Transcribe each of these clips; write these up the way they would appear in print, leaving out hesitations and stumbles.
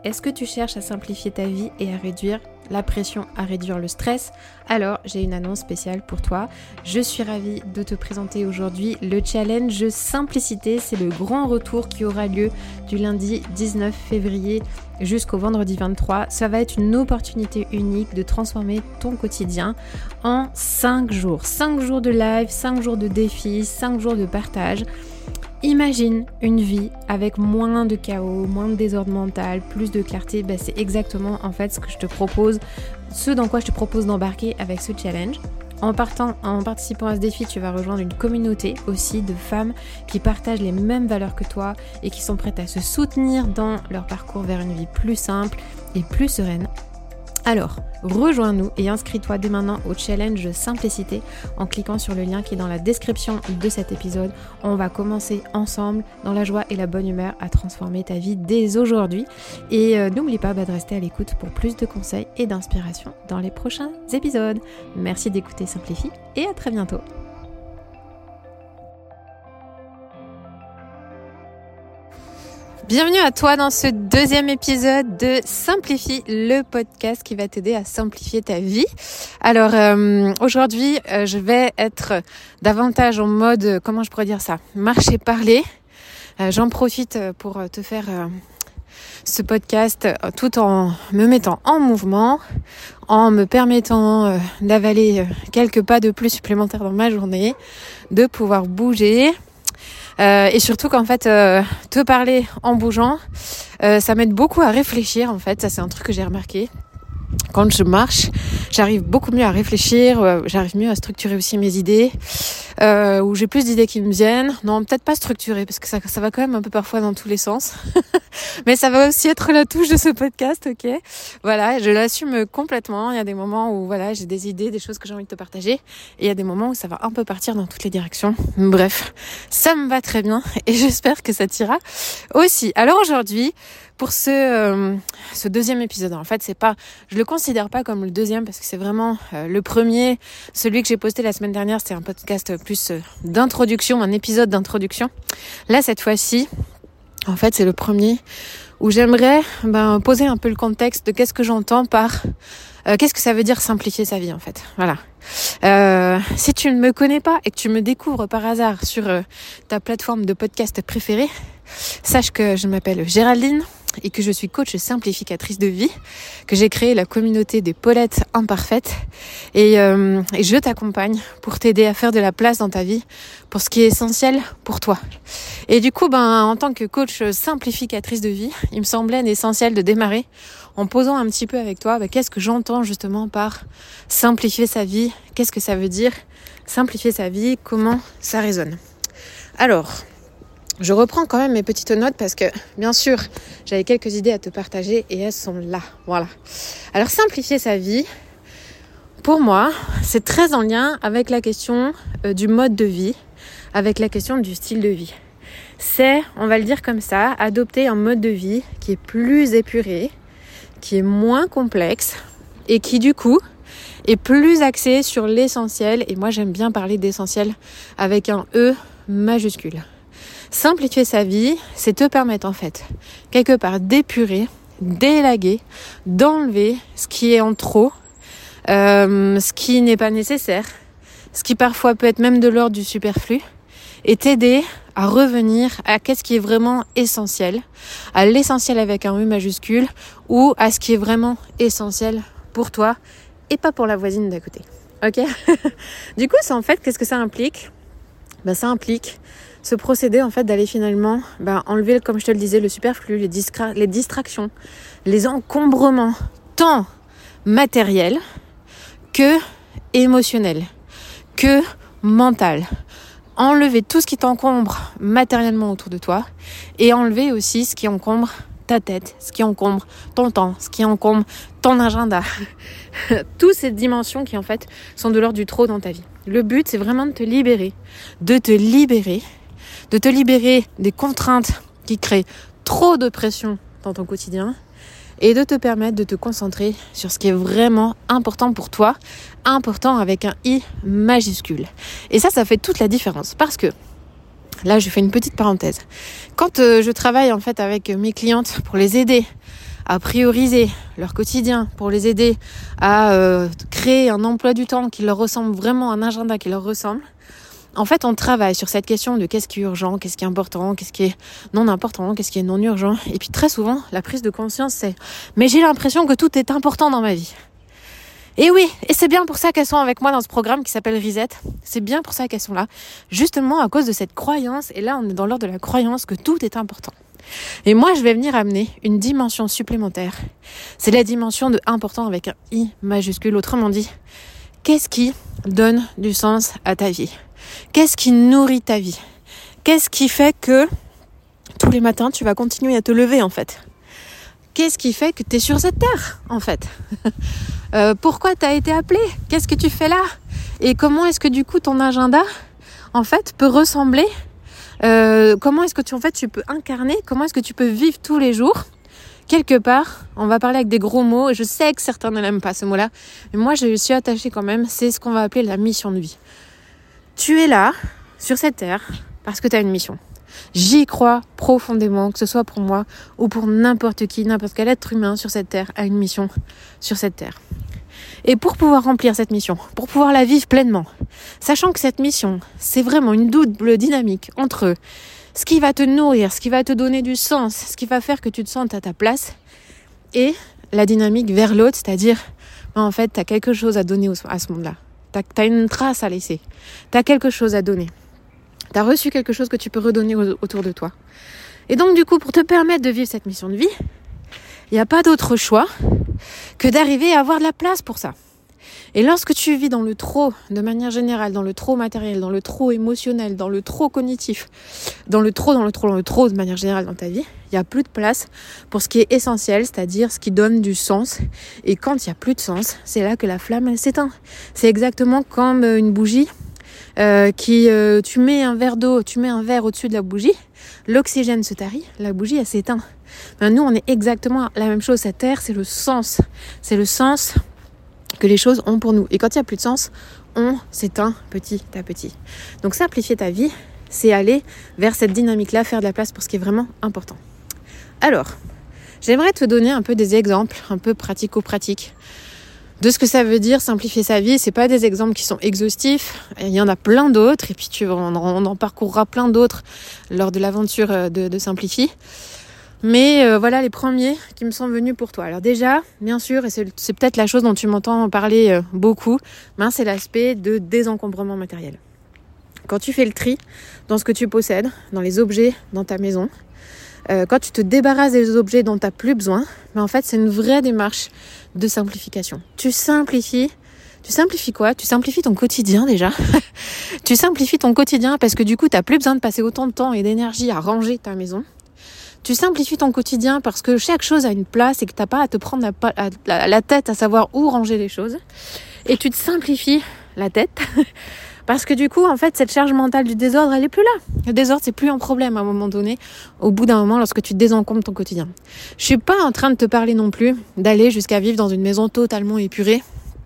est-ce que tu cherches à simplifier ta vie et à réduire la pression, à réduire le stress? Alors, j'ai une annonce spéciale pour toi. Je suis ravie de te présenter aujourd'hui le challenge Simplicité. C'est le grand retour qui aura lieu du lundi 19 février jusqu'au vendredi 23. Ça va être une opportunité unique de transformer ton quotidien en 5 jours. 5 jours de live, 5 jours de défis, 5 jours de partage. Imagine une vie avec moins de chaos, moins de désordre mental, plus de clarté. C'est exactement en fait ce dans quoi je te propose d'embarquer avec ce challenge. En participant à ce défi, tu vas rejoindre une communauté aussi de femmes qui partagent les mêmes valeurs que toi et qui sont prêtes à se soutenir dans leur parcours vers une vie plus simple et plus sereine. Alors, rejoins-nous et inscris-toi dès maintenant au challenge Simplicité en cliquant sur le lien qui est dans la description de cet épisode. On va commencer ensemble dans la joie et la bonne humeur à transformer ta vie dès aujourd'hui. Et n'oublie pas de rester à l'écoute pour plus de conseils et d'inspiration dans les prochains épisodes. Merci d'écouter Simplifie et à très bientôt. Bienvenue à toi dans ce deuxième épisode de Simplifie, le podcast qui va t'aider à simplifier ta vie. Alors aujourd'hui, je vais être davantage en mode, comment je pourrais dire ça, marcher-parler. J'en profite pour te faire ce podcast tout en me mettant en mouvement, en me permettant d'avaler quelques pas de plus supplémentaires dans ma journée, de pouvoir bouger. Et surtout qu'en fait, te parler en bougeant, ça m'aide beaucoup à réfléchir en fait. Ça, c'est un truc que j'ai remarqué. Quand je marche, j'arrive beaucoup mieux à réfléchir, j'arrive mieux à structurer aussi mes idées, où j'ai plus d'idées qui me viennent. Non, peut-être pas structurer, parce que ça va quand même un peu parfois dans tous les sens. Mais ça va aussi être la touche de ce podcast, ok? Voilà, je l'assume complètement. Il y a des moments où voilà, j'ai des idées, des choses que j'ai envie de te partager. Et il y a des moments où ça va un peu partir dans toutes les directions. Bref, ça me va très bien et j'espère que ça t'ira aussi. Alors aujourd'hui, pour ce deuxième épisode, en fait, je le considère pas comme le deuxième parce que c'est vraiment le premier, celui que j'ai posté la semaine dernière, c'était un podcast plus d'introduction, un épisode d'introduction. Là, cette fois-ci, en fait, c'est le premier où j'aimerais poser un peu le contexte de qu'est-ce que j'entends par qu'est-ce que ça veut dire simplifier sa vie, en fait. Voilà. Si tu ne me connais pas et que tu me découvres par hasard sur ta plateforme de podcast préférée, sache que je m'appelle Géraldine et que je suis coach simplificatrice de vie, que j'ai créé la communauté des Paulettes imparfaites et je t'accompagne pour t'aider à faire de la place dans ta vie pour ce qui est essentiel pour toi. Et du coup, en tant que coach simplificatrice de vie, il me semblait essentiel de démarrer en posant un petit peu avec toi qu'est-ce que j'entends justement par simplifier sa vie, qu'est-ce que ça veut dire simplifier sa vie, comment ça résonne. Alors, je reprends quand même mes petites notes parce que, bien sûr, j'avais quelques idées à te partager et elles sont là. Voilà. Alors, simplifier sa vie, pour moi, c'est très en lien avec la question du mode de vie, avec la question du style de vie. C'est, on va le dire comme ça, adopter un mode de vie qui est plus épuré, qui est moins complexe et qui, du coup, est plus axé sur l'essentiel. Et moi, j'aime bien parler d'essentiel avec un E majuscule. Simplifier sa vie, c'est te permettre en fait, quelque part d'épurer, d'élaguer, d'enlever ce qui est en trop, ce qui n'est pas nécessaire, ce qui parfois peut être même de l'ordre du superflu, et t'aider à revenir à qu'est-ce qui est vraiment essentiel, à l'essentiel avec un E majuscule, ou à ce qui est vraiment essentiel pour toi et pas pour la voisine d'à côté. Ok? Du coup, ça en fait, qu'est-ce que ça implique? Ça implique ce procédé en fait d'aller finalement enlever, comme je te le disais, le superflu, les distractions, les encombrements tant matériels que émotionnels, que mental. Enlever tout ce qui t'encombre matériellement autour de toi et enlever aussi ce qui encombre ta tête, ce qui encombre ton temps, ce qui encombre ton agenda. Toutes ces dimensions qui en fait sont de l'ordre du trop dans ta vie. Le but, c'est vraiment de te libérer des contraintes qui créent trop de pression dans ton quotidien et de te permettre de te concentrer sur ce qui est vraiment important pour toi, important avec un I majuscule. Et ça fait toute la différence parce que là, je fais une petite parenthèse. Quand je travaille en fait avec mes clientes pour les aider à prioriser leur quotidien pour les aider à créer un emploi du temps qui leur ressemble vraiment, un agenda qui leur ressemble, en fait, on travaille sur cette question de qu'est-ce qui est urgent, qu'est-ce qui est important, qu'est-ce qui est non important, qu'est-ce qui est non urgent. Et puis très souvent, la prise de conscience, c'est « mais j'ai l'impression que tout est important dans ma vie ». Et oui, et c'est bien pour ça qu'elles sont avec moi dans ce programme qui s'appelle Reset. C'est bien pour ça qu'elles sont là, justement à cause de cette croyance. Et là, on est dans l'ordre de la croyance que tout est important. Et moi, je vais venir amener une dimension supplémentaire. C'est la dimension de important avec un I majuscule. Autrement dit, qu'est-ce qui donne du sens à ta vie ? Qu'est-ce qui nourrit ta vie ? Qu'est-ce qui fait que tous les matins, tu vas continuer à te lever, en fait ? Qu'est-ce qui fait que tu es sur cette terre, en fait ? Pourquoi tu as été appelé ? Qu'est-ce que tu fais là ? Et comment est-ce que, du coup, ton agenda, en fait, peut ressembler ? Comment est-ce que tu peux incarner ? Comment est-ce que tu peux vivre tous les jours ? Quelque part, on va parler avec des gros mots. Je sais que certains ne l'aiment pas, ce mot-là. Mais moi, je suis attachée quand même. C'est ce qu'on va appeler la mission de vie. Tu es là, sur cette terre, parce que tu as une mission. J'y crois profondément, que ce soit pour moi ou pour n'importe qui, n'importe quel être humain sur cette terre a une mission sur cette terre. Et pour pouvoir remplir cette mission, pour pouvoir la vivre pleinement, sachant que cette mission, c'est vraiment une double dynamique entre ce qui va te nourrir, ce qui va te donner du sens, ce qui va faire que tu te sentes à ta place, et la dynamique vers l'autre, c'est-à-dire, en fait, tu as quelque chose à donner à ce monde-là. T'as une trace à laisser. T'as quelque chose à donner. T'as reçu quelque chose que tu peux redonner autour de toi. Et donc, du coup, pour te permettre de vivre cette mission de vie, il n'y a pas d'autre choix que d'arriver à avoir de la place pour ça. Et lorsque tu vis dans le trop, de manière générale, dans le trop matériel, dans le trop émotionnel, dans le trop cognitif, dans le trop de manière générale dans ta vie, il n'y a plus de place pour ce qui est essentiel, c'est-à-dire ce qui donne du sens. Et quand il n'y a plus de sens, c'est là que la flamme, elle s'éteint. C'est exactement comme une bougie tu mets un verre d'eau, tu mets un verre au-dessus de la bougie, l'oxygène se tarit, la bougie, elle s'éteint. Ben, nous, on est exactement la même chose. Cette terre, c'est le sens. C'est le sens que les choses ont pour nous. Et quand il n'y a plus de sens, on s'éteint petit à petit. Donc simplifier ta vie, c'est aller vers cette dynamique-là, faire de la place pour ce qui est vraiment important. Alors, j'aimerais te donner un peu des exemples, un peu pratico-pratiques, de ce que ça veut dire simplifier sa vie. C'est pas des exemples qui sont exhaustifs. Il y en a plein d'autres, et puis on en parcourra plein d'autres lors de l'aventure de Simplifie. Mais voilà les premiers qui me sont venus pour toi. Alors déjà, bien sûr, et c'est peut-être la chose dont tu m'entends parler beaucoup, c'est l'aspect de désencombrement matériel. Quand tu fais le tri dans ce que tu possèdes, dans les objets dans ta maison, quand tu te débarrasses des objets dont tu n'as plus besoin, en fait, c'est une vraie démarche de simplification. Tu simplifies quoi ? Tu simplifies ton quotidien déjà. Tu simplifies ton quotidien parce que du coup, tu n'as plus besoin de passer autant de temps et d'énergie à ranger ta maison. Tu simplifies ton quotidien parce que chaque chose a une place et que tu n'as pas à te prendre la tête à savoir où ranger les choses. Et tu te simplifies la tête parce que du coup, en fait, cette charge mentale du désordre, elle est plus là. Le désordre, c'est plus un problème à un moment donné, au bout d'un moment, lorsque tu désencombres ton quotidien. Je suis pas en train de te parler non plus d'aller jusqu'à vivre dans une maison totalement épurée,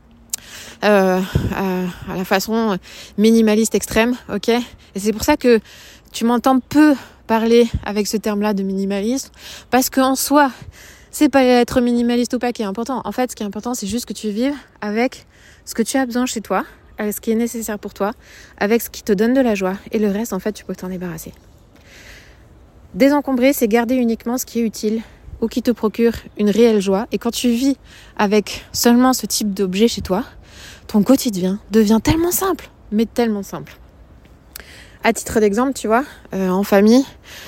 à la façon minimaliste extrême, ok ? Et c'est pour ça que tu m'entends peu parler avec ce terme-là de minimalisme, parce qu'en soi, c'est pas être minimaliste ou pas qui est important. En fait, ce qui est important, c'est juste que tu vives avec ce que tu as besoin chez toi, avec ce qui est nécessaire pour toi, avec ce qui te donne de la joie, et le reste, en fait, tu peux t'en débarrasser. Désencombrer, c'est garder uniquement ce qui est utile ou qui te procure une réelle joie. Et quand tu vis avec seulement ce type d'objet chez toi, ton quotidien devient tellement simple, mais tellement simple. À titre d'exemple, tu vois, en famille,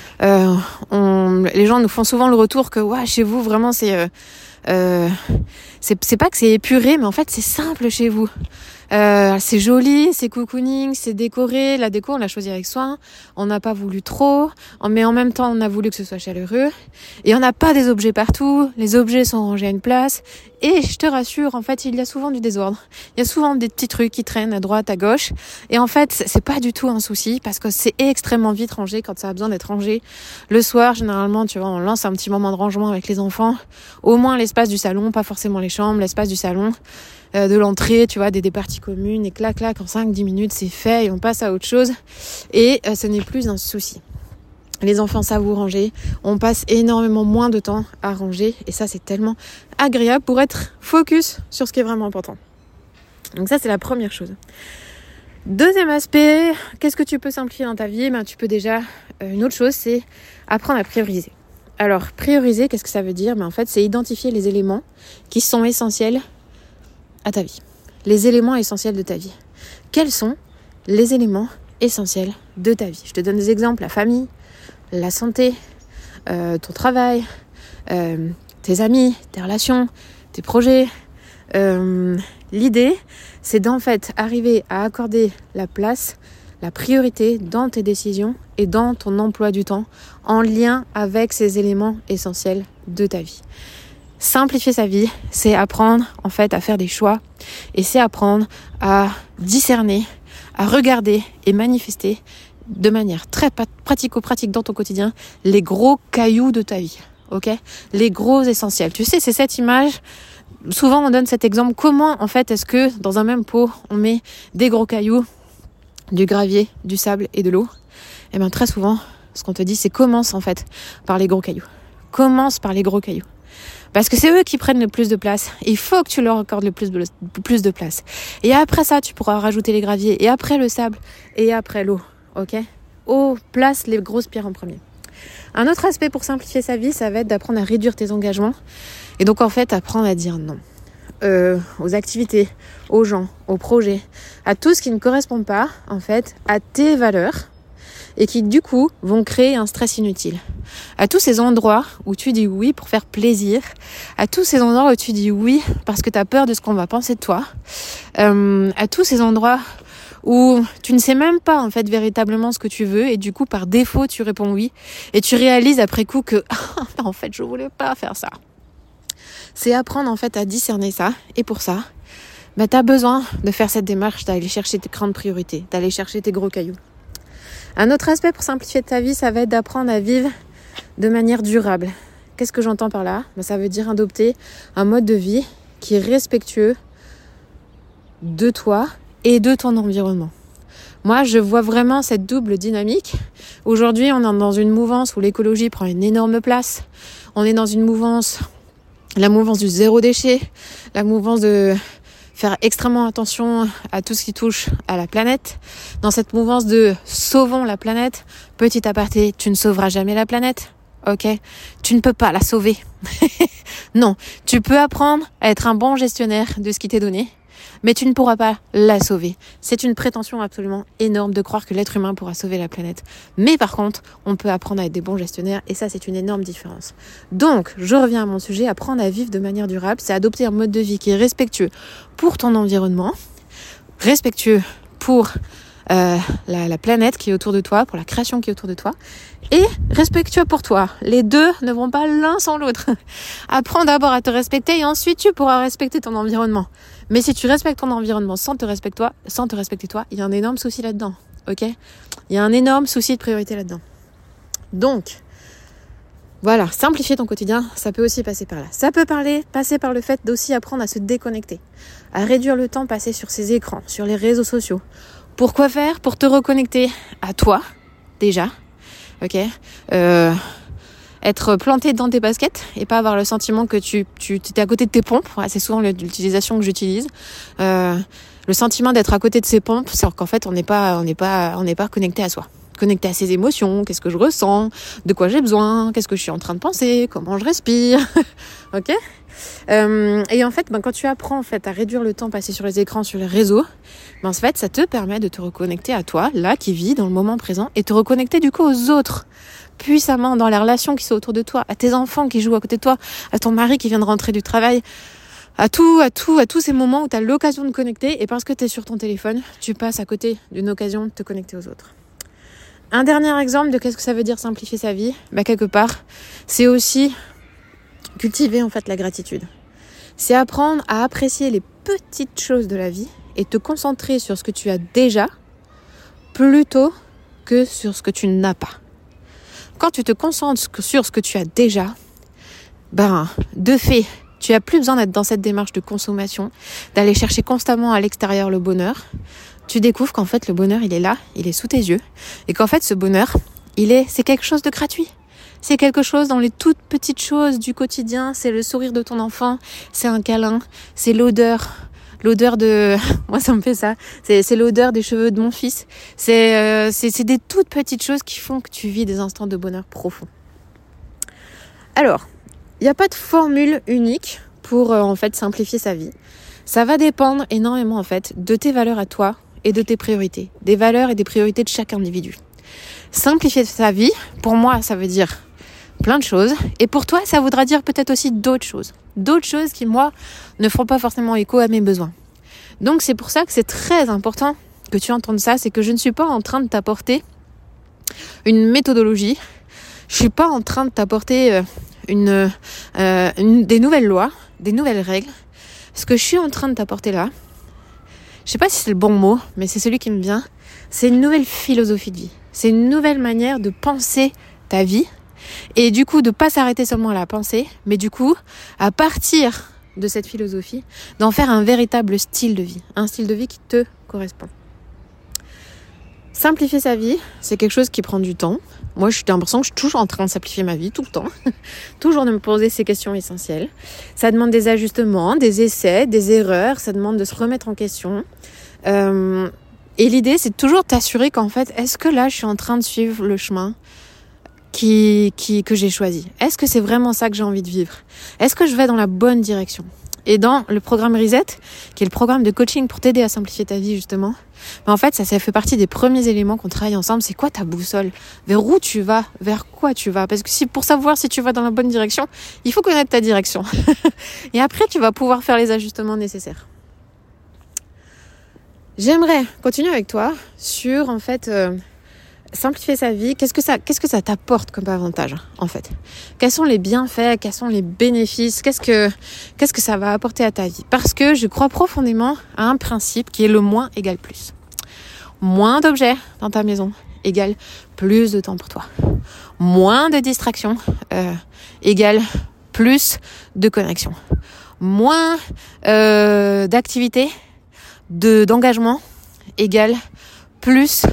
les gens nous font souvent le retour que chez vous, vraiment, c'est pas que c'est épuré, mais en fait, c'est simple chez vous. C'est joli, c'est cocooning, c'est décoré. La déco, on l'a choisi avec soin. On n'a pas voulu trop, mais en même temps, on a voulu que ce soit chaleureux. Et on n'a pas des objets partout. Les objets sont rangés à une place. Et je te rassure, en fait, il y a souvent du désordre. Il y a souvent des petits trucs qui traînent à droite, à gauche. Et en fait, c'est pas du tout un souci parce que c'est extrêmement vite rangé quand ça a besoin d'être rangé. Le soir, généralement, tu vois, on lance un petit moment de rangement avec les enfants. Au moins l'espace du salon, pas forcément les chambres, l'espace du salon. De l'entrée, tu vois, des parties communes, et clac, en 5-10 minutes, c'est fait et on passe à autre chose. Et ce n'est plus un souci. Les enfants savent où ranger. On passe énormément moins de temps à ranger. Et ça, c'est tellement agréable pour être focus sur ce qui est vraiment important. Donc ça, c'est la première chose. Deuxième aspect, qu'est-ce que tu peux simplifier dans ta vie ? Tu peux déjà... une autre chose, c'est apprendre à prioriser. Alors, prioriser, qu'est-ce que ça veut dire ? En fait, c'est identifier les éléments qui sont essentiels à ta vie. Les éléments essentiels de ta vie. Quels sont les éléments essentiels de ta vie ? Je te donne des exemples. La famille, la santé, ton travail, tes amis, tes relations, tes projets. L'idée, c'est d'en fait arriver à accorder la place, la priorité dans tes décisions et dans ton emploi du temps en lien avec ces éléments essentiels de ta vie. Simplifier sa vie, c'est apprendre en fait à faire des choix et c'est apprendre à discerner, à regarder et manifester de manière très pratico-pratique dans ton quotidien les gros cailloux de ta vie, ok ? Les gros essentiels. Tu sais, c'est cette image. Souvent, on donne cet exemple. Comment, en fait, est-ce que dans un même pot, on met des gros cailloux, du gravier, du sable et de l'eau ? Et bien, très souvent, ce qu'on te dit, c'est commence, en fait, par les gros cailloux. Commence par les gros cailloux. Parce que c'est eux qui prennent le plus de place. Il faut que tu leur accordes le plus de place. Et après ça, tu pourras rajouter les graviers. Et après le sable. Et après l'eau. Ok ? Place les grosses pierres en premier. Un autre aspect pour simplifier sa vie, ça va être d'apprendre à réduire tes engagements. Et donc, en fait, apprendre à dire non. Aux activités, aux gens, aux projets, à tout ce qui ne correspond pas, en fait, à tes valeurs et qui, du coup, vont créer un stress inutile. À tous ces endroits où tu dis oui pour faire plaisir, à tous ces endroits où tu dis oui parce que tu as peur de ce qu'on va penser de toi, à tous ces endroits où tu ne sais même pas, en fait, véritablement ce que tu veux et du coup, par défaut, tu réponds oui et tu réalises après coup que, en fait, je voulais pas faire ça. C'est apprendre en fait à discerner ça. Et pour ça, tu as besoin de faire cette démarche, d'aller chercher tes grandes priorités, d'aller chercher tes gros cailloux. Un autre aspect pour simplifier ta vie, ça va être d'apprendre à vivre de manière durable. Qu'est-ce que j'entends par là ? Ça veut dire adopter un mode de vie qui est respectueux de toi et de ton environnement. Moi, je vois vraiment cette double dynamique. Aujourd'hui, on est dans une mouvance où l'écologie prend une énorme place. On est dans une mouvance... La mouvance du zéro déchet, la mouvance de faire extrêmement attention à tout ce qui touche à la planète. Dans cette mouvance de sauvons la planète, petit aparté, tu ne sauveras jamais la planète, ok ? Tu ne peux pas la sauver. Non, tu peux apprendre à être un bon gestionnaire de ce qui t'est donné, mais tu ne pourras pas la sauver. C'est une prétention absolument énorme de croire que l'être humain pourra sauver la planète. Mais par contre, on peut apprendre à être des bons gestionnaires et ça, c'est une énorme différence. Donc, je reviens à mon sujet, apprendre à vivre de manière durable, c'est adopter un mode de vie qui est respectueux pour ton environnement, respectueux pour la planète qui est autour de toi, pour la création qui est autour de toi, et respectueux pour toi. Les deux ne vont pas l'un sans l'autre. Apprends d'abord à te respecter et ensuite tu pourras respecter ton environnement. Mais si tu respectes ton environnement sans te respecter toi, il y a un énorme souci là-dedans, ok ? Il y a un énorme souci de priorité là-dedans. Donc, voilà, simplifier ton quotidien, ça peut aussi passer par là. Ça peut passer par le fait d'aussi apprendre à se déconnecter, à réduire le temps passé sur ces écrans, sur les réseaux sociaux. Pourquoi faire ? Pour te reconnecter à toi, déjà, ok ? Être planté dans tes baskets et pas avoir le sentiment que tu es à côté de tes pompes. Ouais, c'est souvent l'utilisation que j'utilise. Le sentiment d'être à côté de ses pompes, c'est qu'en fait, on n'est pas connecté à soi. Connecté à ses émotions, qu'est-ce que je ressens, de quoi j'ai besoin, qu'est-ce que je suis en train de penser, comment je respire. Ok ? Et en fait, quand tu apprends en fait à réduire le temps passé sur les écrans, sur les réseaux, en fait, ça te permet de te reconnecter à toi, là, qui vis dans le moment présent, et te reconnecter du coup aux autres, puissamment dans les relations qui sont autour de toi, à tes enfants qui jouent à côté de toi, à ton mari qui vient de rentrer du travail, à tous ces moments où tu as l'occasion de connecter, et parce que tu es sur ton téléphone, tu passes à côté d'une occasion de te connecter aux autres. Un dernier exemple de qu'est-ce que ça veut dire simplifier sa vie, quelque part, c'est aussi cultiver en fait la gratitude. C'est apprendre à apprécier les petites choses de la vie et te concentrer sur ce que tu as déjà plutôt que sur ce que tu n'as pas. Quand tu te concentres sur ce que tu as déjà, de fait, tu n'as plus besoin d'être dans cette démarche de consommation, d'aller chercher constamment à l'extérieur le bonheur. Tu découvres qu'en fait le bonheur il est là, il est sous tes yeux et qu'en fait ce bonheur c'est quelque chose de gratuit. C'est quelque chose dans les toutes petites choses du quotidien. C'est le sourire de ton enfant, c'est un câlin, c'est l'odeur de... Moi, ça me fait ça. C'est l'odeur des cheveux de mon fils. C'est des toutes petites choses qui font que tu vis des instants de bonheur profond. Alors, il n'y a pas de formule unique pour en fait simplifier sa vie. Ça va dépendre énormément en fait de tes valeurs à toi et de tes priorités. Des valeurs et des priorités de chaque individu. Simplifier sa vie, pour moi, ça veut dire plein de choses. Et pour toi, ça voudra dire peut-être aussi d'autres choses. D'autres choses qui, moi, ne feront pas forcément écho à mes besoins. Donc, c'est pour ça que c'est très important que tu entendes ça. C'est que je ne suis pas en train de t'apporter une méthodologie. Je suis pas en train de t'apporter des nouvelles lois, des nouvelles règles. Ce que je suis en train de t'apporter là, je sais pas si c'est le bon mot, mais c'est celui qui me vient. C'est une nouvelle philosophie de vie. C'est une nouvelle manière de penser ta vie. Et du coup, de pas s'arrêter seulement à la pensée, mais du coup, à partir de cette philosophie, d'en faire un véritable style de vie. Un style de vie qui te correspond. Simplifier sa vie, c'est quelque chose qui prend du temps. Moi, j'ai l'impression que je suis toujours en train de simplifier ma vie, tout le temps. Toujours de me poser ces questions essentielles. Ça demande des ajustements, des essais, des erreurs. Ça demande de se remettre en question. Et l'idée, c'est toujours t'assurer qu'en fait, est-ce que là, je suis en train de suivre le chemin que j'ai choisi? Est-ce que c'est vraiment ça que j'ai envie de vivre? Est-ce que je vais dans la bonne direction? Et dans le programme Reset, qui est le programme de coaching pour t'aider à simplifier ta vie justement, en fait, ça fait partie des premiers éléments qu'on travaille ensemble. C'est quoi ta boussole? Vers où tu vas? Vers quoi tu vas? Parce que pour savoir si tu vas dans la bonne direction, il faut connaître ta direction. Et après, tu vas pouvoir faire les ajustements nécessaires. J'aimerais continuer avec toi sur, en fait, simplifier sa vie. Qu'est-ce que ça t'apporte comme avantage, en fait? Quels sont les bienfaits? Quels sont les bénéfices? Qu'est-ce que ça va apporter à ta vie? Parce que je crois profondément à un principe qui est le moins égale plus. Moins d'objets dans ta maison égale plus de temps pour toi. Moins de distractions égale plus de connexion. Moins d'activités d'engagement égale plus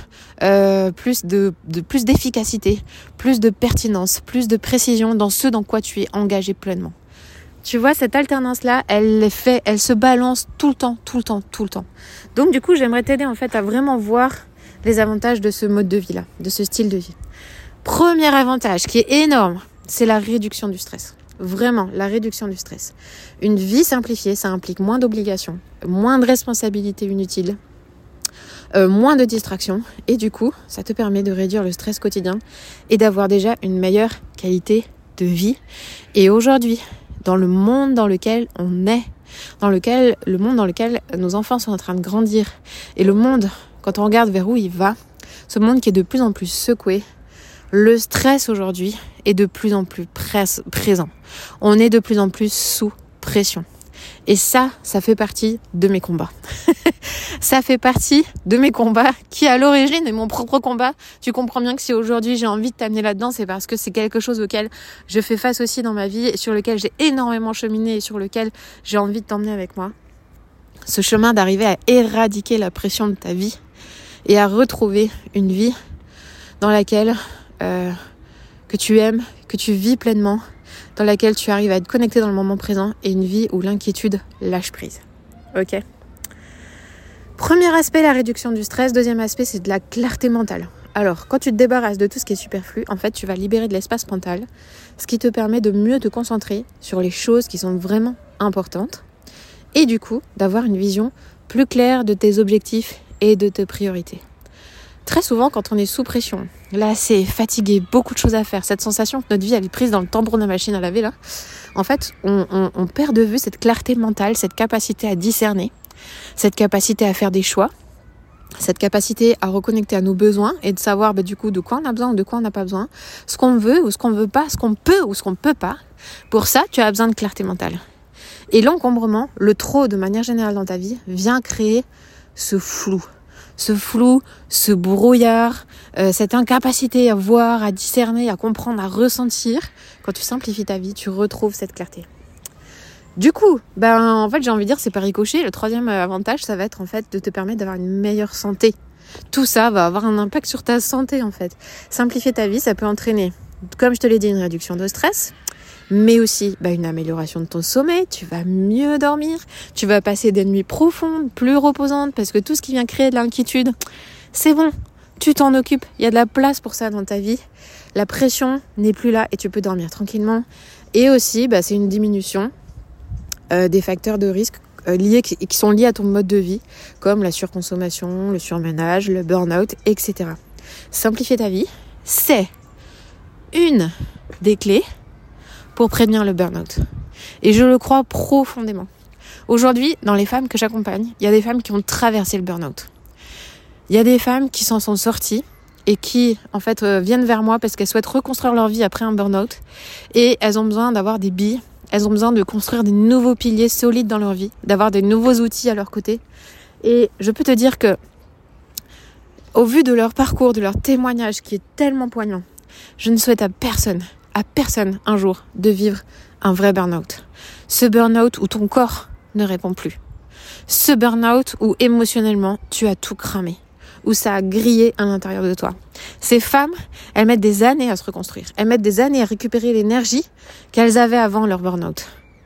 d'efficacité, plus de pertinence, plus de précision dans ce dans quoi tu es engagé pleinement. Tu vois, cette alternance-là, elle se balance tout le temps. Donc du coup, j'aimerais t'aider en fait à vraiment voir les avantages de ce mode de vie-là, de ce style de vie. Premier avantage qui est énorme, c'est la réduction du stress. Vraiment, la réduction du stress. Une vie simplifiée, ça implique moins d'obligations, moins de responsabilités inutiles, moins de distractions. Et du coup, ça te permet de réduire le stress quotidien et d'avoir déjà une meilleure qualité de vie. Et aujourd'hui, dans le monde dans lequel on est, le monde dans lequel nos enfants sont en train de grandir, et le monde, quand on regarde vers où il va, ce monde qui est de plus en plus secoué, le stress aujourd'hui est de plus en plus présent. On est de plus en plus sous pression. Et ça fait partie de mes combats. Ça fait partie de mes combats qui, à l'origine, est mon propre combat. Tu comprends bien que si aujourd'hui j'ai envie de t'amener là-dedans, c'est parce que c'est quelque chose auquel je fais face aussi dans ma vie et sur lequel j'ai énormément cheminé et sur lequel j'ai envie de t'emmener avec moi. Ce chemin d'arriver à éradiquer la pression de ta vie et à retrouver une vie dans laquelle que tu aimes, que tu vis pleinement, dans laquelle tu arrives à être connecté dans le moment présent et une vie où l'inquiétude lâche prise. Ok ? Premier aspect, la réduction du stress. Deuxième aspect, c'est de la clarté mentale. Alors, quand tu te débarrasses de tout ce qui est superflu, en fait, tu vas libérer de l'espace mental, ce qui te permet de mieux te concentrer sur les choses qui sont vraiment importantes et du coup, d'avoir une vision plus claire de tes objectifs et de tes priorités. Très souvent, quand on est sous pression, là, c'est fatigué, beaucoup de choses à faire, cette sensation que notre vie, elle est prise dans le tambour de la machine à laver, là, en fait, on perd de vue cette clarté mentale, cette capacité à discerner, cette capacité à faire des choix, cette capacité à reconnecter à nos besoins et de savoir, du coup, de quoi on a besoin ou de quoi on n'a pas besoin, ce qu'on veut ou ce qu'on veut pas, ce qu'on peut ou ce qu'on peut pas. Pour ça, tu as besoin de clarté mentale. Et l'encombrement, le trop de manière générale dans ta vie, vient créer ce flou, ce brouillard, cette incapacité à voir, à discerner, à comprendre, à ressentir. Quand tu simplifies ta vie, tu retrouves cette clarté. Du coup, en fait, j'ai envie de dire, c'est pas ricochet. Le troisième avantage, ça va être en fait de te permettre d'avoir une meilleure santé Tout ça va avoir un impact sur ta santé en fait. Simplifier ta vie, ça peut entraîner, comme je te l'ai dit, une réduction de stress, mais aussi une amélioration de ton sommeil. Tu vas mieux dormir, tu vas passer des nuits profondes, plus reposantes, parce que tout ce qui vient créer de l'inquiétude, c'est bon, tu t'en occupes. Il y a de la place pour ça dans ta vie. La pression n'est plus là et tu peux dormir tranquillement. Et aussi, c'est une diminution des facteurs de risque qui sont liés à ton mode de vie, comme la surconsommation, le surmenage, le burn-out, etc. Simplifier ta vie, c'est une des clés pour prévenir le burn-out. Et je le crois profondément. Aujourd'hui, dans les femmes que j'accompagne, il y a des femmes qui ont traversé le burn-out. Il y a des femmes qui s'en sont sorties et qui, en fait, viennent vers moi parce qu'elles souhaitent reconstruire leur vie après un burn-out. Et elles ont besoin d'avoir des billes. Elles ont besoin de construire des nouveaux piliers solides dans leur vie, d'avoir des nouveaux outils à leur côté. Et je peux te dire que, au vu de leur parcours, de leur témoignage qui est tellement poignant, je ne souhaite à personne un jour de vivre un vrai burn-out. Ce burn-out où ton corps ne répond plus. Ce burn-out où émotionnellement tu as tout cramé, où ça a grillé à l'intérieur de toi. Ces femmes, elles mettent des années à se reconstruire. Elles mettent des années à récupérer l'énergie qu'elles avaient avant leur burn-out.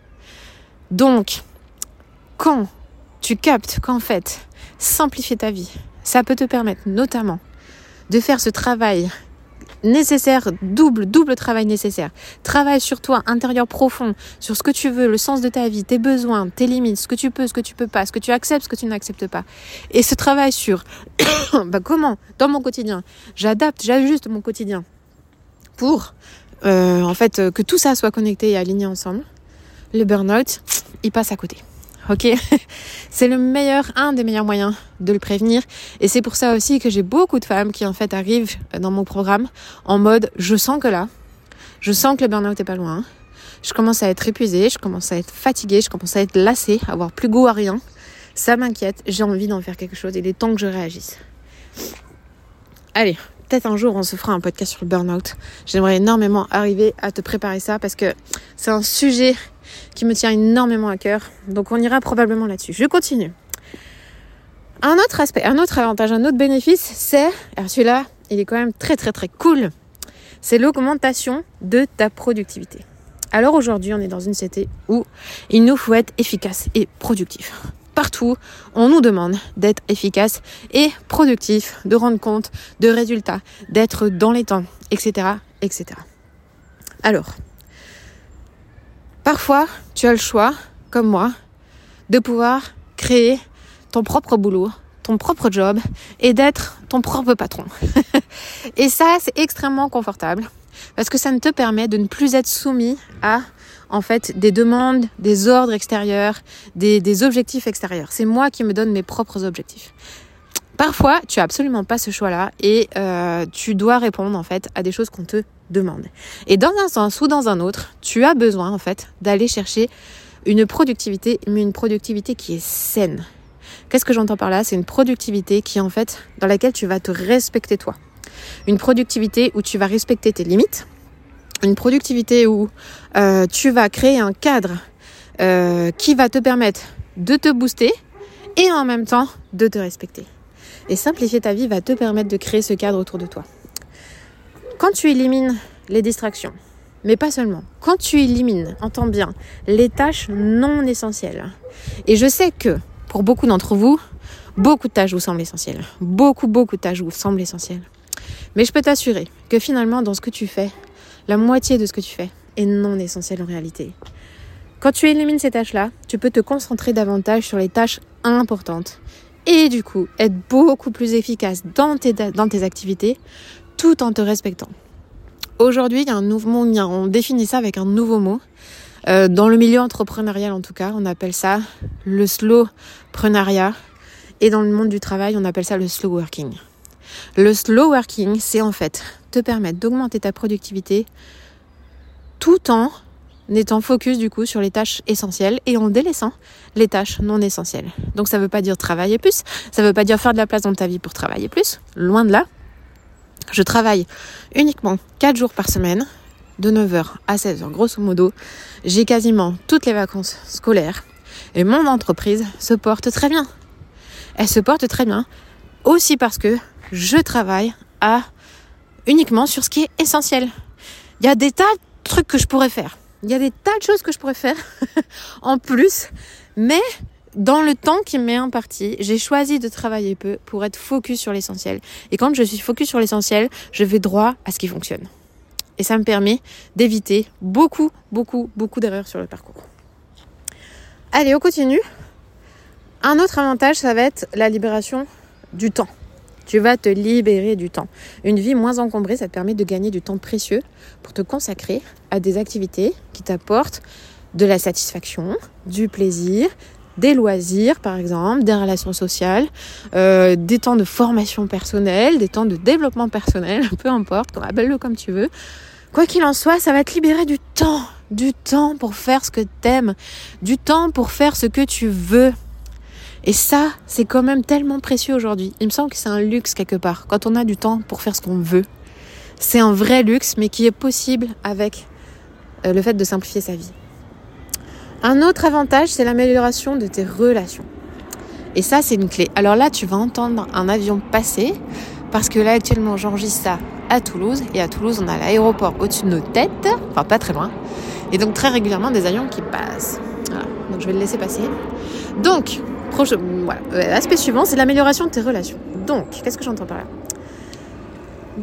Donc, quand tu captes qu'en fait, simplifier ta vie, ça peut te permettre notamment de faire ce travail nécessaire, double travail nécessaire. Travail sur toi, intérieur profond, sur ce que tu veux, le sens de ta vie, tes besoins, tes limites, ce que tu peux, ce que tu peux pas, ce que tu acceptes, ce que tu n'acceptes pas. Et ce travail sur comment, dans mon quotidien, j'ajuste mon quotidien pour que tout ça soit connecté et aligné ensemble. Le burn-out, il passe à côté. Ok, c'est un des meilleurs moyens de le prévenir. Et c'est pour ça aussi que j'ai beaucoup de femmes qui en fait arrivent dans mon programme en mode je sens que le burn-out est pas loin. Je commence à être épuisée, je commence à être fatiguée, je commence à être lassée, à avoir plus goût à rien. Ça m'inquiète, j'ai envie d'en faire quelque chose. Il est temps que je réagisse. Allez, peut-être un jour on se fera un podcast sur le burn-out. J'aimerais énormément arriver à te préparer ça parce que c'est un sujet qui me tient énormément à cœur. Donc on ira probablement là-dessus. Je continue. Un autre aspect, un autre avantage, un autre bénéfice, c'est, alors celui-là, il est quand même très très très cool, c'est l'augmentation de ta productivité. Alors aujourd'hui, on est dans une société où il nous faut être efficace et productif. Partout, on nous demande d'être efficace et productif, de rendre compte de résultats, d'être dans les temps, etc., etc. Alors, parfois, tu as le choix, comme moi, de pouvoir créer ton propre boulot, ton propre job et d'être ton propre patron. Et ça, c'est extrêmement confortable parce que ça ne te permet de ne plus être soumis à, en fait, des demandes, des ordres extérieurs, des objectifs extérieurs. C'est moi qui me donne mes propres objectifs. Parfois, tu as absolument pas ce choix-là et tu dois répondre en fait à des choses qu'on te demande. Et dans un sens ou dans un autre, tu as besoin en fait d'aller chercher une productivité, mais une productivité qui est saine. Qu'est-ce que j'entends par là ? C'est une productivité qui en fait dans laquelle tu vas te respecter toi. Une productivité où tu vas respecter tes limites. Une productivité où tu vas créer un cadre qui va te permettre de te booster et en même temps de te respecter. Et simplifier ta vie va te permettre de créer ce cadre autour de toi. Quand tu élimines les distractions, mais pas seulement, quand tu élimines, entends bien, les tâches non essentielles. Et je sais que pour beaucoup d'entre vous, beaucoup de tâches vous semblent essentielles. Beaucoup de tâches vous semblent essentielles. Mais je peux t'assurer que finalement, dans ce que tu fais, la moitié de ce que tu fais est non essentiel en réalité. Quand tu élimines ces tâches-là, tu peux te concentrer davantage sur les tâches importantes. Et du coup, être beaucoup plus efficace dans tes activités, tout en te respectant. Aujourd'hui, il y a un nouveau mot, on définit ça avec un nouveau mot. Dans le milieu entrepreneurial, en tout cas, on appelle ça le slowpreneuriat. Et dans le monde du travail, on appelle ça le slow working. Le slow working, c'est en fait te permettre d'augmenter ta productivité tout en étant focus du coup sur les tâches essentielles et en délaissant les tâches non essentielles. Donc ça veut pas dire travailler plus, ça veut pas dire faire de la place dans ta vie pour travailler plus, loin de là. Je travaille uniquement 4 jours par semaine, de 9h à 16h grosso modo. J'ai quasiment toutes les vacances scolaires et mon entreprise se porte très bien. Elle se porte très bien aussi parce que je travaille uniquement sur ce qui est essentiel. Il y a des tas de trucs que je pourrais faire. Il y a des tas de choses que je pourrais faire en plus, mais dans le temps qui m'est imparti, j'ai choisi de travailler peu pour être focus sur l'essentiel. Et quand je suis focus sur l'essentiel, je vais droit à ce qui fonctionne. Et ça me permet d'éviter beaucoup d'erreurs sur le parcours. Allez, on continue. Un autre avantage, ça va être la libération du temps. Tu vas te libérer du temps. Une vie moins encombrée, ça te permet de gagner du temps précieux pour te consacrer à des activités qui t'apportent de la satisfaction, du plaisir, des loisirs par exemple, des relations sociales, des temps de formation personnelle, des temps de développement personnel, peu importe, appelle-le comme tu veux. Quoi qu'il en soit, ça va te libérer du temps pour faire ce que t'aimes, du temps pour faire ce que tu veux. Et ça, c'est quand même tellement précieux aujourd'hui. Il me semble que c'est un luxe quelque part. Quand on a du temps pour faire ce qu'on veut, c'est un vrai luxe, mais qui est possible avec le fait de simplifier sa vie. Un autre avantage, c'est l'amélioration de tes relations. Et ça, c'est une clé. Alors là, tu vas entendre un avion passer, parce que là, actuellement, j'enregistre ça à Toulouse. Et à Toulouse, on a l'aéroport au-dessus de nos têtes, enfin pas très loin. Et donc très régulièrement, des avions qui passent. Voilà. Donc je vais le laisser passer. Donc, l'aspect suivant, c'est l'amélioration de tes relations. Donc, qu'est-ce que j'entends par là ?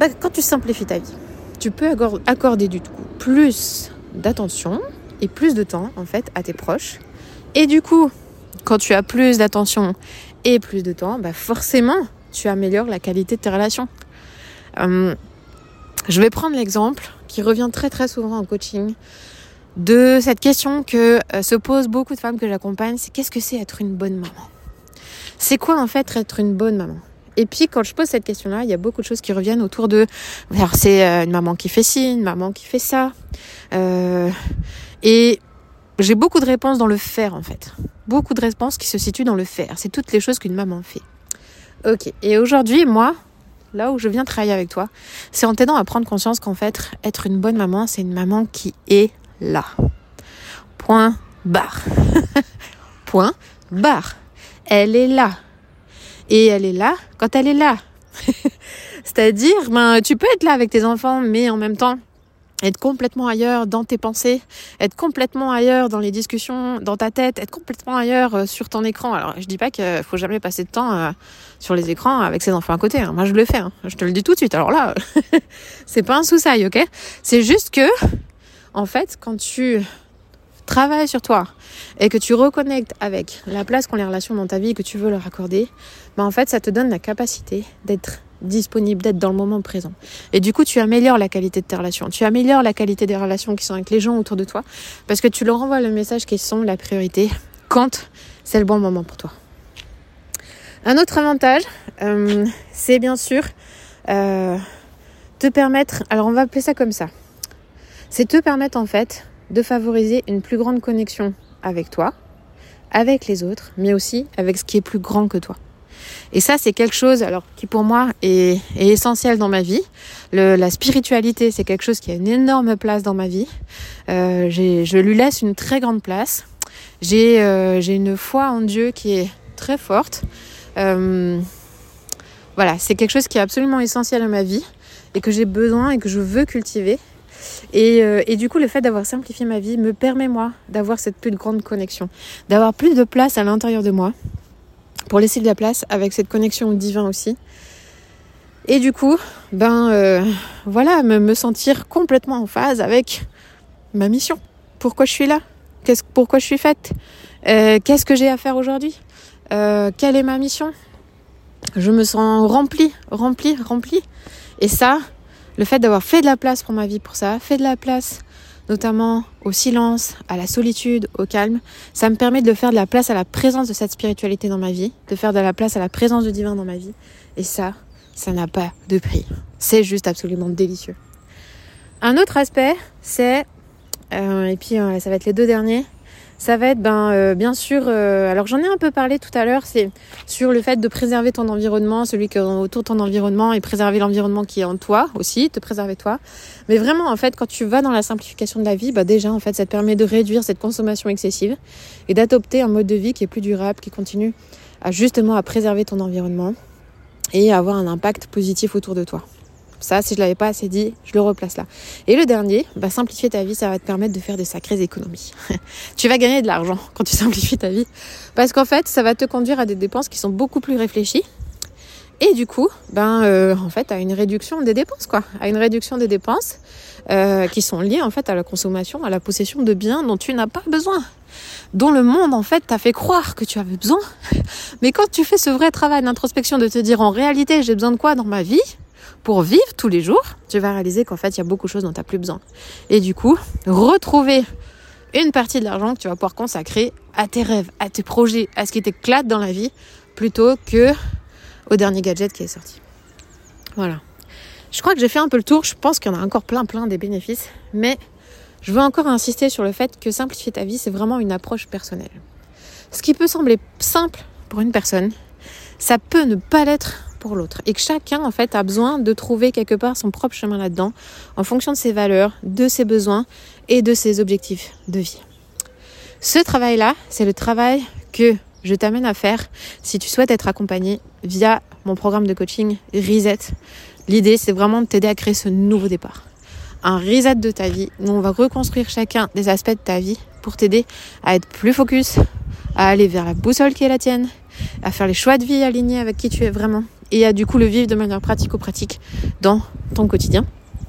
Quand tu simplifies ta vie, tu peux accorder du coup plus d'attention et plus de temps en fait à tes proches. Et du coup, quand tu as plus d'attention et plus de temps, forcément, tu améliores la qualité de tes relations. Je vais prendre l'exemple qui revient très très souvent en coaching de cette question que se posent beaucoup de femmes que j'accompagne, c'est qu'est-ce que c'est être une bonne maman ? C'est quoi en fait être une bonne maman ? Et puis quand je pose cette question-là, il y a beaucoup de choses qui reviennent autour de alors c'est une maman qui fait ci, une maman qui fait ça. Et j'ai beaucoup de réponses dans le faire en fait. Beaucoup de réponses qui se situent dans le faire. C'est toutes les choses qu'une maman fait. Ok, et aujourd'hui, moi, là où je viens travailler avec toi, c'est en t'aidant à prendre conscience qu'en fait, être une bonne maman, c'est une maman qui est là. Point barre. Point barre. Elle est là. Et elle est là quand elle est là. C'est-à-dire, tu peux être là avec tes enfants, mais en même temps, être complètement ailleurs dans tes pensées, être complètement ailleurs dans les discussions, dans ta tête, être complètement ailleurs sur ton écran. Alors, je dis pas qu'il faut jamais passer de temps sur les écrans avec ses enfants à côté. Hein. Moi, je le fais. Hein. Je te le dis tout de suite. Alors là, c'est pas un sous-sail, ok ? C'est juste que, en fait, quand tu travailles sur toi et que tu reconnectes avec la place qu'ont les relations dans ta vie et que tu veux leur accorder, en fait, ça te donne la capacité d'être disponible, d'être dans le moment présent. Et du coup, tu améliores la qualité de tes relations. Tu améliores la qualité des relations qui sont avec les gens autour de toi parce que tu leur envoies le message qu'ils sont la priorité quand c'est le bon moment pour toi. Un autre avantage, c'est bien sûr te permettre, alors on va appeler ça comme ça, c'est te permettre en fait de favoriser une plus grande connexion avec toi, avec les autres, mais aussi avec ce qui est plus grand que toi. Et ça, c'est quelque chose alors qui pour moi est essentiel dans ma vie. La spiritualité, c'est quelque chose qui a une énorme place dans ma vie. Je lui laisse une très grande place. J'ai une foi en Dieu qui est très forte. Voilà, c'est quelque chose qui est absolument essentiel à ma vie et que j'ai besoin et que je veux cultiver. Et du coup, le fait d'avoir simplifié ma vie me permet, moi, d'avoir cette plus grande connexion, d'avoir plus de place à l'intérieur de moi, pour laisser de la place avec cette connexion au divin aussi. Et du coup, voilà, me sentir complètement en phase avec ma mission. Pourquoi je suis là ? Pourquoi je suis faite ? Qu'est-ce que j'ai à faire aujourd'hui ? Quelle est ma mission ? Je me sens remplie. Et ça, le fait d'avoir fait de la place pour ma vie pour ça, fait de la place notamment au silence, à la solitude, au calme, ça me permet de faire de la place à la présence de cette spiritualité dans ma vie, de faire de la place à la présence du divin dans ma vie. Et ça n'a pas de prix. C'est juste absolument délicieux. Un autre aspect, c'est, et puis ça va être les deux derniers, ça va être bien sûr, alors j'en ai un peu parlé tout à l'heure, c'est sur le fait de préserver ton environnement, celui qui est autour de ton environnement, et préserver l'environnement qui est en toi aussi, te préserver toi. Mais vraiment, en fait, quand tu vas dans la simplification de la vie, déjà, en fait, ça te permet de réduire cette consommation excessive et d'adopter un mode de vie qui est plus durable, qui continue justement à préserver ton environnement. et avoir un impact positif autour de toi. Ça, si je l'avais pas assez dit, je le replace là. Et le dernier, simplifier ta vie, ça va te permettre de faire de sacrées économies. Tu vas gagner de l'argent quand tu simplifies ta vie. Parce qu'en fait, ça va te conduire à des dépenses qui sont beaucoup plus réfléchies. Et du coup, en fait, à une réduction des dépenses, quoi. À une réduction des dépenses qui sont liées, en fait, à la consommation, à la possession de biens dont tu n'as pas besoin. Dont le monde, en fait, t'a fait croire que tu avais besoin. Mais quand tu fais ce vrai travail d'introspection de te dire, en réalité, j'ai besoin de quoi dans ma vie pour vivre tous les jours, tu vas réaliser qu'en fait, il y a beaucoup de choses dont tu n'as plus besoin. Et du coup, retrouver une partie de l'argent que tu vas pouvoir consacrer à tes rêves, à tes projets, à ce qui t'éclate dans la vie, plutôt que au dernier gadget qui est sorti. Voilà. Je crois que j'ai fait un peu le tour. Je pense qu'il y en a encore plein des bénéfices. Mais je veux encore insister sur le fait que simplifier ta vie, c'est vraiment une approche personnelle. Ce qui peut sembler simple pour une personne, ça peut ne pas l'être pour l'autre. Et que chacun, en fait, a besoin de trouver quelque part son propre chemin là-dedans, en fonction de ses valeurs, de ses besoins et de ses objectifs de vie. Ce travail-là, c'est le travail que je t'amène à faire si tu souhaites être accompagné via mon programme de coaching Reset. L'idée, c'est vraiment de t'aider à créer ce nouveau départ. Un reset de ta vie où on va reconstruire chacun des aspects de ta vie pour t'aider à être plus focus, à aller vers la boussole qui est la tienne, à faire les choix de vie alignés avec qui tu es vraiment et à du coup le vivre de manière pratico-pratique dans ton quotidien.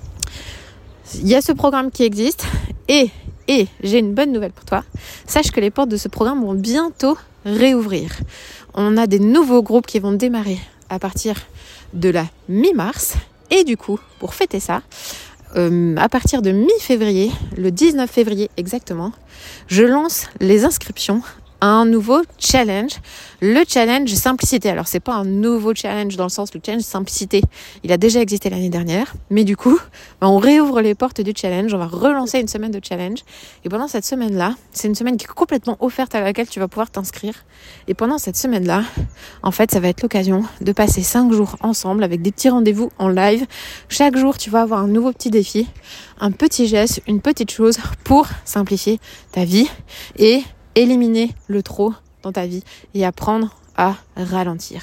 Il y a ce programme qui existe et j'ai une bonne nouvelle pour toi. Sache que les portes de ce programme vont bientôt réouvrir. On a des nouveaux groupes qui vont démarrer à partir de la mi-mars. Et du coup, pour fêter ça, à partir de mi-février, le 19 février exactement, je lance les inscriptions à un nouveau challenge, le challenge simplicité. Alors c'est pas un nouveau challenge dans le sens le challenge simplicité, il a déjà existé l'année dernière, mais du coup on réouvre les portes du challenge, on va relancer une semaine de challenge et pendant cette semaine-là, c'est une semaine qui est complètement offerte à laquelle tu vas pouvoir t'inscrire et pendant cette semaine-là, en fait ça va être l'occasion de passer 5 jours ensemble avec des petits rendez-vous en live. Chaque jour tu vas avoir un nouveau petit défi, un petit geste, une petite chose pour simplifier ta vie et éliminer le trop dans ta vie et apprendre à ralentir.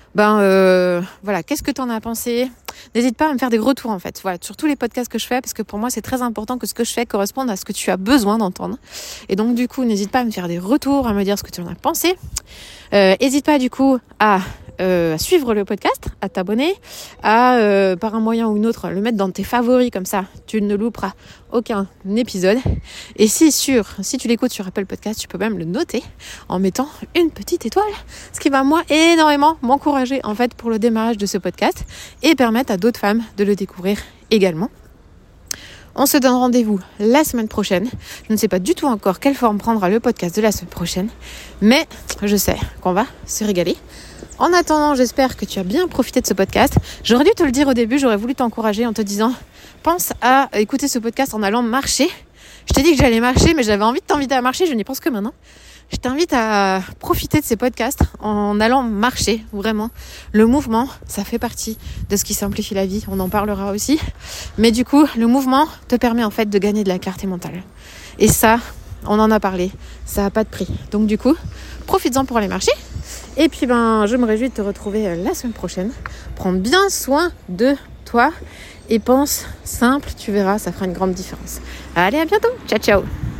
Voilà, qu'est-ce que tu en as pensé ? N'hésite pas à me faire des retours en fait, voilà, sur tous les podcasts que je fais parce que pour moi c'est très important que ce que je fais corresponde à ce que tu as besoin d'entendre. Et donc du coup, n'hésite pas à me faire des retours, à me dire ce que tu en as pensé. N'hésite pas du coup à suivre le podcast, à t'abonner, à par un moyen ou une autre le mettre dans tes favoris, comme ça tu ne louperas aucun épisode. Et si tu l'écoutes sur Apple Podcast, tu peux même le noter en mettant une petite étoile, ce qui va moi énormément m'encourager en fait pour le démarrage de ce podcast et permettre à d'autres femmes de le découvrir également. On se donne rendez-vous la semaine prochaine. Je ne sais pas du tout encore quelle forme prendra le podcast de la semaine prochaine, mais je sais qu'on va se régaler. En attendant, j'espère que tu as bien profité de ce podcast. J'aurais dû te le dire au début, j'aurais voulu t'encourager en te disant pense à écouter ce podcast en allant marcher. Je t'ai dit que j'allais marcher, mais j'avais envie de t'inviter à marcher, je n'y pense que maintenant. Je t'invite à profiter de ces podcasts en allant marcher, vraiment. Le mouvement, ça fait partie de ce qui simplifie la vie, on en parlera aussi. Mais du coup, le mouvement te permet en fait de gagner de la clarté mentale. Et ça, on en a parlé, ça n'a pas de prix. Donc du coup, profites-en pour aller marcher. Et puis je me réjouis de te retrouver la semaine prochaine. Prends bien soin de toi et pense simple, tu verras, ça fera une grande différence. Allez, à bientôt. Ciao, ciao.